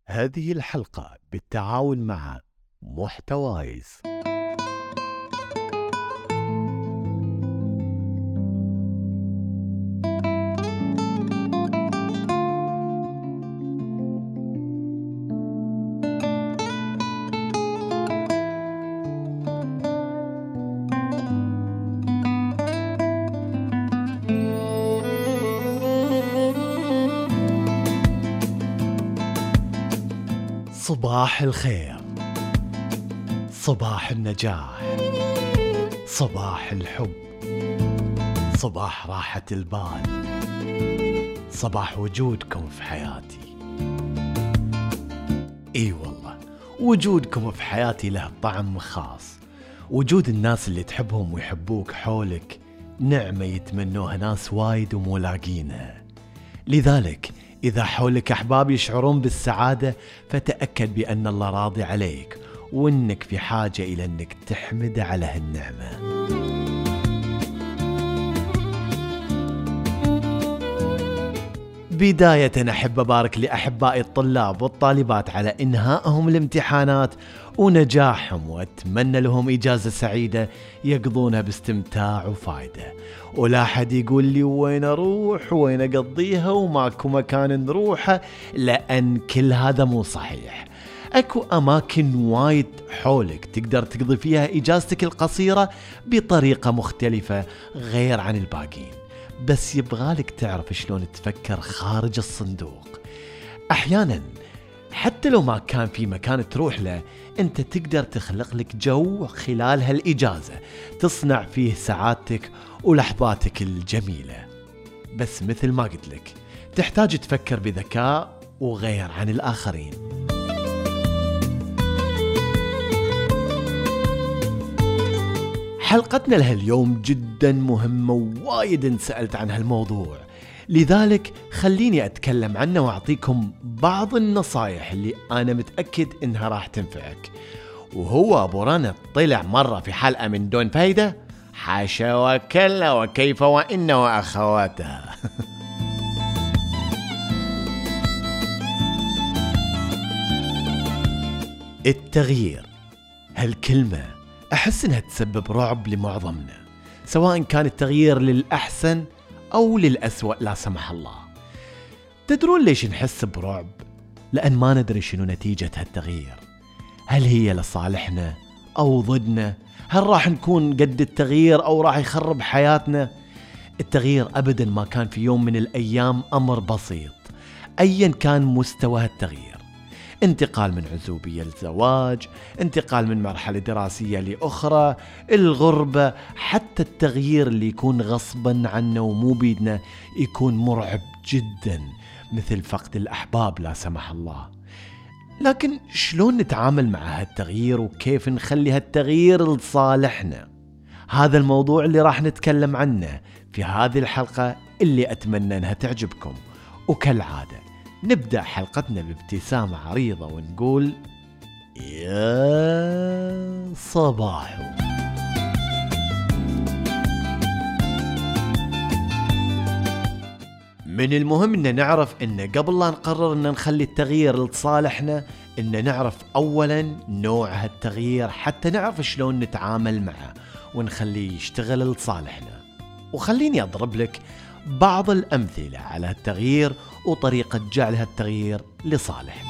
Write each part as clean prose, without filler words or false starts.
هذه الحلقة بالتعاون مع محتوايز. صباح الخير، صباح النجاح، صباح الحب، صباح راحة البال، صباح وجودكم في حياتي. اي والله وجودكم في حياتي له طعم خاص. وجود الناس اللي تحبهم ويحبوك حولك نعمة يتمنوها ناس وايد ومو لاقينها. لذلك إذا حولك أحباب يشعرون بالسعادة فتأكد بأن الله راضي عليك وإنك في حاجة إلى أنك تحمد على هالنعمة. بداية أحب أبارك لأحبائي الطلاب والطالبات على إنهائهم الامتحانات ونجاحهم، وأتمنى لهم إجازة سعيدة يقضونها باستمتاع وفائدة. ولا حد يقول لي وين أروح وين أقضيها وماكو مكان نروحه، لأن كل هذا مو صحيح. أكو أماكن وايد حولك تقدر تقضي فيها إجازتك القصيرة بطريقة مختلفة غير عن الباقين، بس يبغالك تعرف شلون تفكر خارج الصندوق. أحيانا حتى لو ما كان في مكان تروح له، أنت تقدر تخلق لك جو خلال هالإجازة تصنع فيه سعادتك ولحظاتك الجميلة. بس مثل ما قلت لك تحتاج تفكر بذكاء وغير عن الآخرين. حلقتنا لهاليوم جدا مهمة ووايد انسألت عن هالموضوع، لذلك خليني أتكلم عنه وأعطيكم بعض النصايح اللي أنا متأكد إنها راح تنفعك. وهو أبو رنا طلع مرة في حلقة من دون فايدة، حاشا وكلا وكيف وإن وأخواتها. التغيير هالكلمة أحس إنها تسبب رعب لمعظمنا، سواء كان التغيير للأحسن أو للأسوأ لا سمح الله. تدرون ليش نحس برعب؟ لأن ما ندري شنو نتيجة هالتغيير. هل هي لصالحنا أو ضدنا؟ هل راح نكون قد التغيير أو راح يخرب حياتنا؟ التغيير أبدا ما كان في يوم من الأيام أمر بسيط أيا كان مستوى التغيير. انتقال من عزوبية لزواج، انتقال من مرحلة دراسية لأخرى، الغربة، حتى التغيير اللي يكون غصبا عنا ومو بيدنا يكون مرعب جدا، مثل فقد الأحباب لا سمح الله. لكن شلون نتعامل مع هالتغيير وكيف نخلي هالتغيير لصالحنا؟ هذا الموضوع اللي راح نتكلم عنه في هذه الحلقة اللي أتمنى أنها تعجبكم. وكالعادة نبدأ حلقتنا بابتسامة عريضة ونقول يا صباحو. من المهم أن نعرف أن قبل لا نقرر أن نخلي التغيير لصالحنا، أن نعرف أولا نوع هالتغيير حتى نعرف شلون نتعامل معه ونخليه يشتغل لصالحنا. وخليني أضرب لك بعض الأمثلة على هالتغيير وطريقة جعل هالتغيير لصالحك.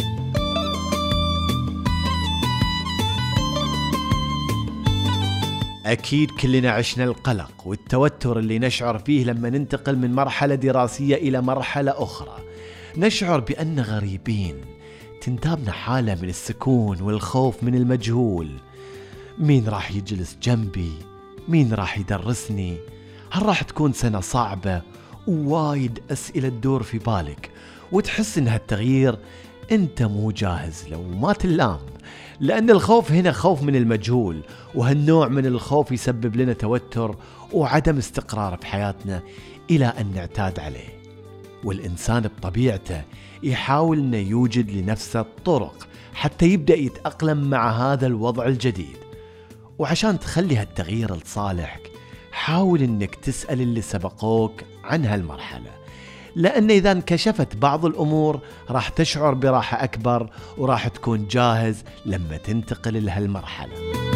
أكيد كلنا عشنا القلق والتوتر اللي نشعر فيه لما ننتقل من مرحلة دراسية إلى مرحلة أخرى. نشعر بأن غريبين، تنتابنا حالة من السكون والخوف من المجهول. مين راح يجلس جنبي؟ مين راح يدرسني؟ هل راح تكون سنة صعبة؟ ووايد أسئلة تدور في بالك، وتحس إن هالتغيير أنت مو جاهز لو ما تلام، لأن الخوف هنا خوف من المجهول، وهالنوع من الخوف يسبب لنا توتر وعدم استقرار في حياتنا إلى أن نعتاد عليه. والإنسان بطبيعته يحاول أن يوجد لنفسه طرق حتى يبدأ يتأقلم مع هذا الوضع الجديد. وعشان تخلي هالتغيير لصالحك، حاول انك تسأل اللي سبقوك عن هالمرحلة، لأن إذا انكشفت بعض الأمور راح تشعر براحة أكبر وراح تكون جاهز لما تنتقل لهالمرحلة.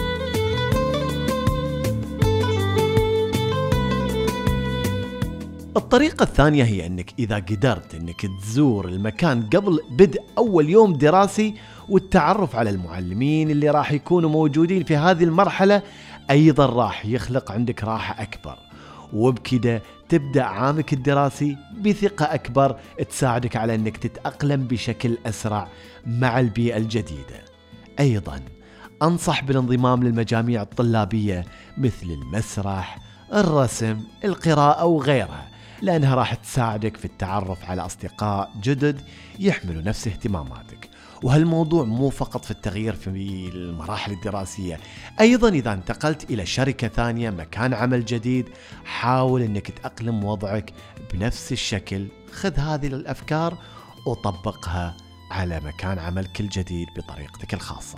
الطريقة الثانية هي أنك إذا قدرت أنك تزور المكان قبل بدء أول يوم دراسي والتعرف على المعلمين اللي راح يكونوا موجودين في هذه المرحلة، أيضا راح يخلق عندك راحة أكبر، وبكده تبدأ عامك الدراسي بثقة أكبر تساعدك على أنك تتأقلم بشكل أسرع مع البيئة الجديدة. أيضا أنصح بالانضمام للمجاميع الطلابية مثل المسرح، الرسم، القراءة وغيرها، لأنها راح تساعدك في التعرف على أصدقاء جدد يحملوا نفس اهتماماتك. وهالموضوع مو فقط في التغيير في المراحل الدراسية، أيضا إذا انتقلت إلى شركة ثانية، مكان عمل جديد، حاول أنك تأقلم وضعك بنفس الشكل. خذ هذه الأفكار وطبقها على مكان عملك الجديد بطريقتك الخاصة.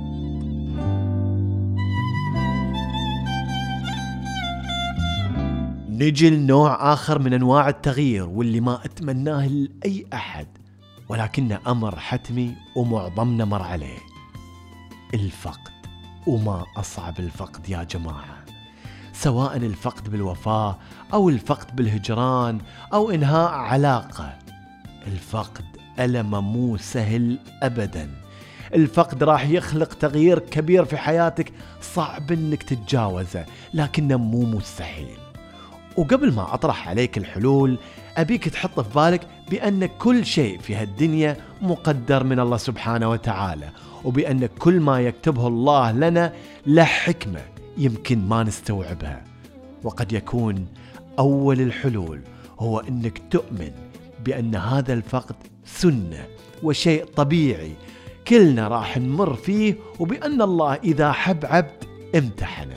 نجي لنوع آخر من أنواع التغيير واللي ما أتمناه لأي أحد، ولكنه أمر حتمي ومعظمنا مر عليه: الفقد. وما أصعب الفقد يا جماعة، سواء الفقد بالوفاة أو الفقد بالهجران أو إنهاء علاقة. الفقد ألم مو سهل أبدا. الفقد راح يخلق تغيير كبير في حياتك صعب إنك تتجاوزه، لكنه مو مستحيل. وقبل ما أطرح عليك الحلول، أبيك تحط في بالك بأن كل شيء في هالدنيا مقدر من الله سبحانه وتعالى، وبأن كل ما يكتبه الله لنا له حكمة يمكن ما نستوعبها. وقد يكون أول الحلول هو أنك تؤمن بأن هذا الفقد سنة وشيء طبيعي كلنا راح نمر فيه، وبأن الله إذا حب عبد امتحنه.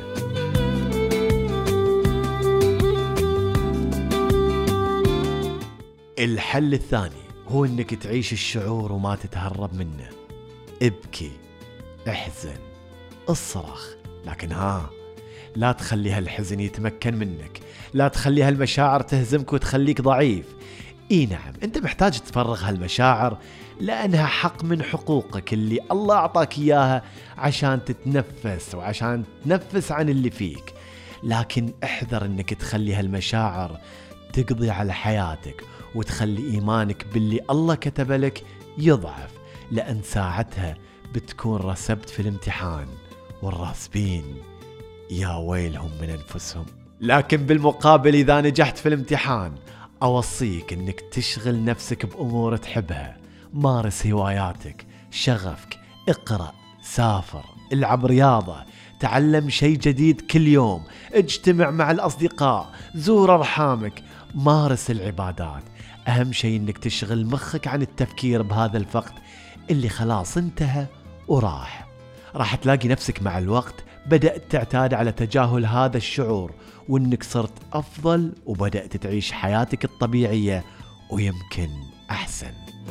الحل الثاني هو انك تعيش الشعور وما تتهرب منه. ابكي، احزن، اصرخ، لكن لا تخلي هالحزن يتمكن منك، لا تخلي هالمشاعر تهزمك وتخليك ضعيف. نعم، انت محتاج تفرغ هالمشاعر لانها حق من حقوقك اللي الله اعطاك اياها عشان تتنفس وعشان تنفس عن اللي فيك، لكن احذر انك تخلي هالمشاعر تقضي على حياتك وتخلي إيمانك باللي الله كتب لك يضعف، لأن ساعتها بتكون رسبت في الامتحان، والراسبين يا ويلهم من أنفسهم. لكن بالمقابل إذا نجحت في الامتحان، أوصيك أنك تشغل نفسك بأمور تحبها، مارس هواياتك، شغفك، اقرأ، سافر، العب رياضة، تعلم شيء جديد كل يوم، اجتمع مع الأصدقاء، زور أرحامك، مارس العبادات. أهم شيء أنك تشغل مخك عن التفكير بهذا الفقد اللي خلاص انتهى راح تلاقي نفسك مع الوقت بدأت تعتاد على تجاهل هذا الشعور، وأنك صرت أفضل وبدأت تعيش حياتك الطبيعية ويمكن أحسن.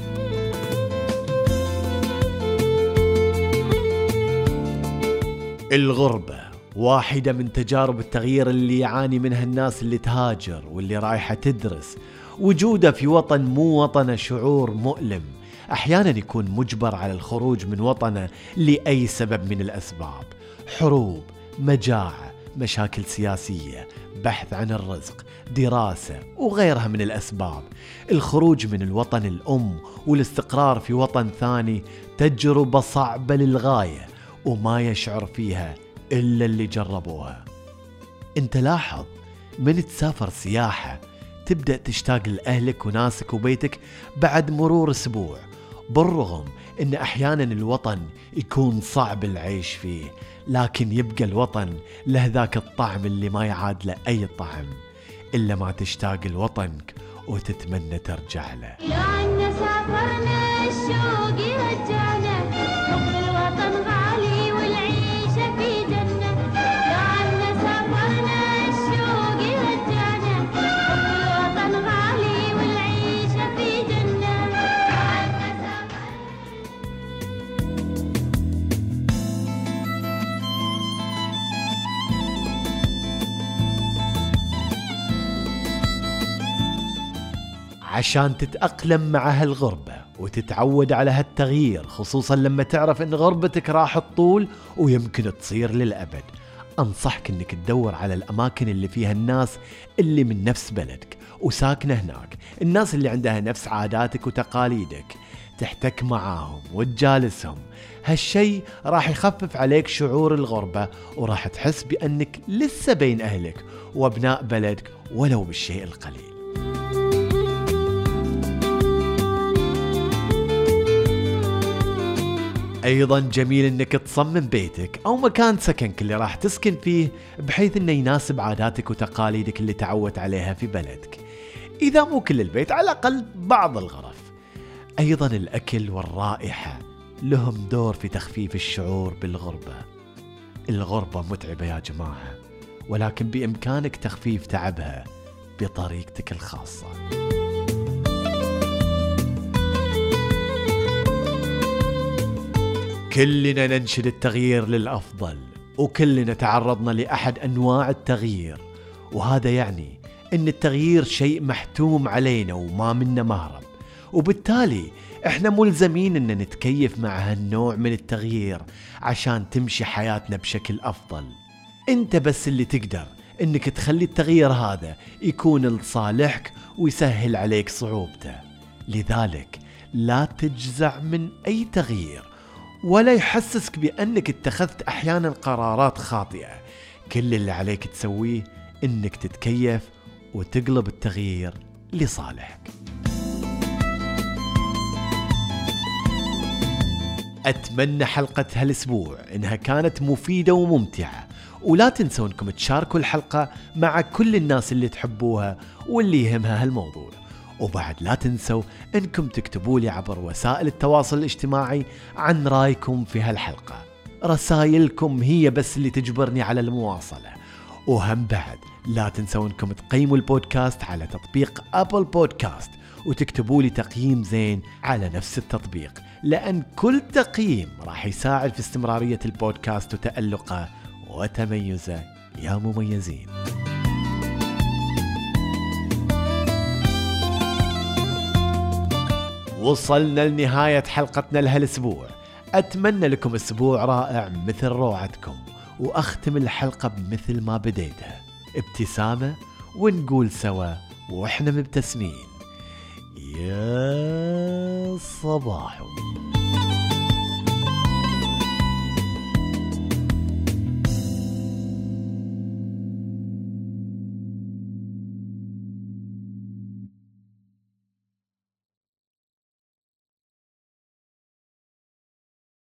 الغربة واحدة من تجارب التغيير اللي يعاني منها الناس اللي تهاجر واللي رايحة تدرس. وجوده في وطن مو وطنه شعور مؤلم، أحيانا يكون مجبر على الخروج من وطنه لأي سبب من الأسباب: حروب، مجاعة، مشاكل سياسية، بحث عن الرزق، دراسة وغيرها من الأسباب. الخروج من الوطن الأم والاستقرار في وطن ثاني تجربة صعبة للغاية، وما يشعر فيها إلا اللي جربوها. انت لاحظ من تسافر سياحة تبدأ تشتاق لأهلك وناسك وبيتك بعد مرور أسبوع، بالرغم إن أحيانا الوطن يكون صعب العيش فيه، لكن يبقى الوطن له ذاك الطعم اللي ما يعاد له أي طعم إلا ما تشتاق لوطنك وتتمنى ترجع له. لأن سافرنا الشوق يرجعنا، حب الوطن غالي والعيشة في جنة. لأن سافرنا الشوق يرجعنا، حب الوطن غالي والعيشة في جنة. عشان تتأقلم مع هالغربة وتتعود على هالتغيير، خصوصا لما تعرف ان غربتك راح تطول ويمكن تصير للأبد. أنصحك انك تدور على الأماكن اللي فيها الناس اللي من نفس بلدك وساكنة هناك، الناس اللي عندها نفس عاداتك وتقاليدك، تحتك معاهم وتجالسهم. هالشي راح يخفف عليك شعور الغربة، وراح تحس بأنك لسه بين أهلك وأبناء بلدك ولو بالشيء القليل. أيضا جميل أنك تصمم بيتك أو مكان سكنك اللي راح تسكن فيه بحيث أنه يناسب عاداتك وتقاليدك اللي تعودت عليها في بلدك، إذا مو كل البيت على الأقل بعض الغرف. أيضا الأكل والرائحة لهم دور في تخفيف الشعور بالغربة. الغربة متعبة يا جماعة، ولكن بإمكانك تخفيف تعبها بطريقتك الخاصة. كلنا ننشد التغيير للأفضل، وكلنا تعرضنا لأحد أنواع التغيير، وهذا يعني أن التغيير شيء محتوم علينا وما منا مهرب، وبالتالي احنا ملزمين ان نتكيف مع هالنوع من التغيير عشان تمشي حياتنا بشكل أفضل. انت بس اللي تقدر انك تخلي التغيير هذا يكون لصالحك ويسهل عليك صعوبته. لذلك لا تجزع من أي تغيير ولا يحسسك بأنك اتخذت أحيانا قرارات خاطئة. كل اللي عليك تسويه انك تتكيف وتقلب التغيير لصالحك. أتمنى حلقة هالأسبوع إنها كانت مفيدة وممتعة، ولا تنسوا إنكم تشاركوا الحلقة مع كل الناس اللي تحبوها واللي يهمها هالموضوع. وبعد لا تنسوا إنكم تكتبوا لي عبر وسائل التواصل الاجتماعي عن رأيكم في هالحلقة. رسائلكم هي بس اللي تجبرني على المواصلة. وهم بعد لا تنسوا إنكم تقيموا البودكاست على تطبيق أبل بودكاست وتكتبوا لي تقييم زين على نفس التطبيق، لأن كل تقييم راح يساعد في استمرارية البودكاست وتألقه وتميزه يا مميزين. وصلنا لنهاية حلقتنا لهالأسبوع. أتمنى لكم أسبوع رائع مثل روعتكم، وأختم الحلقة بمثل ما بديتها، ابتسامة، ونقول سوا وإحنا مبتسمين: يا صباح.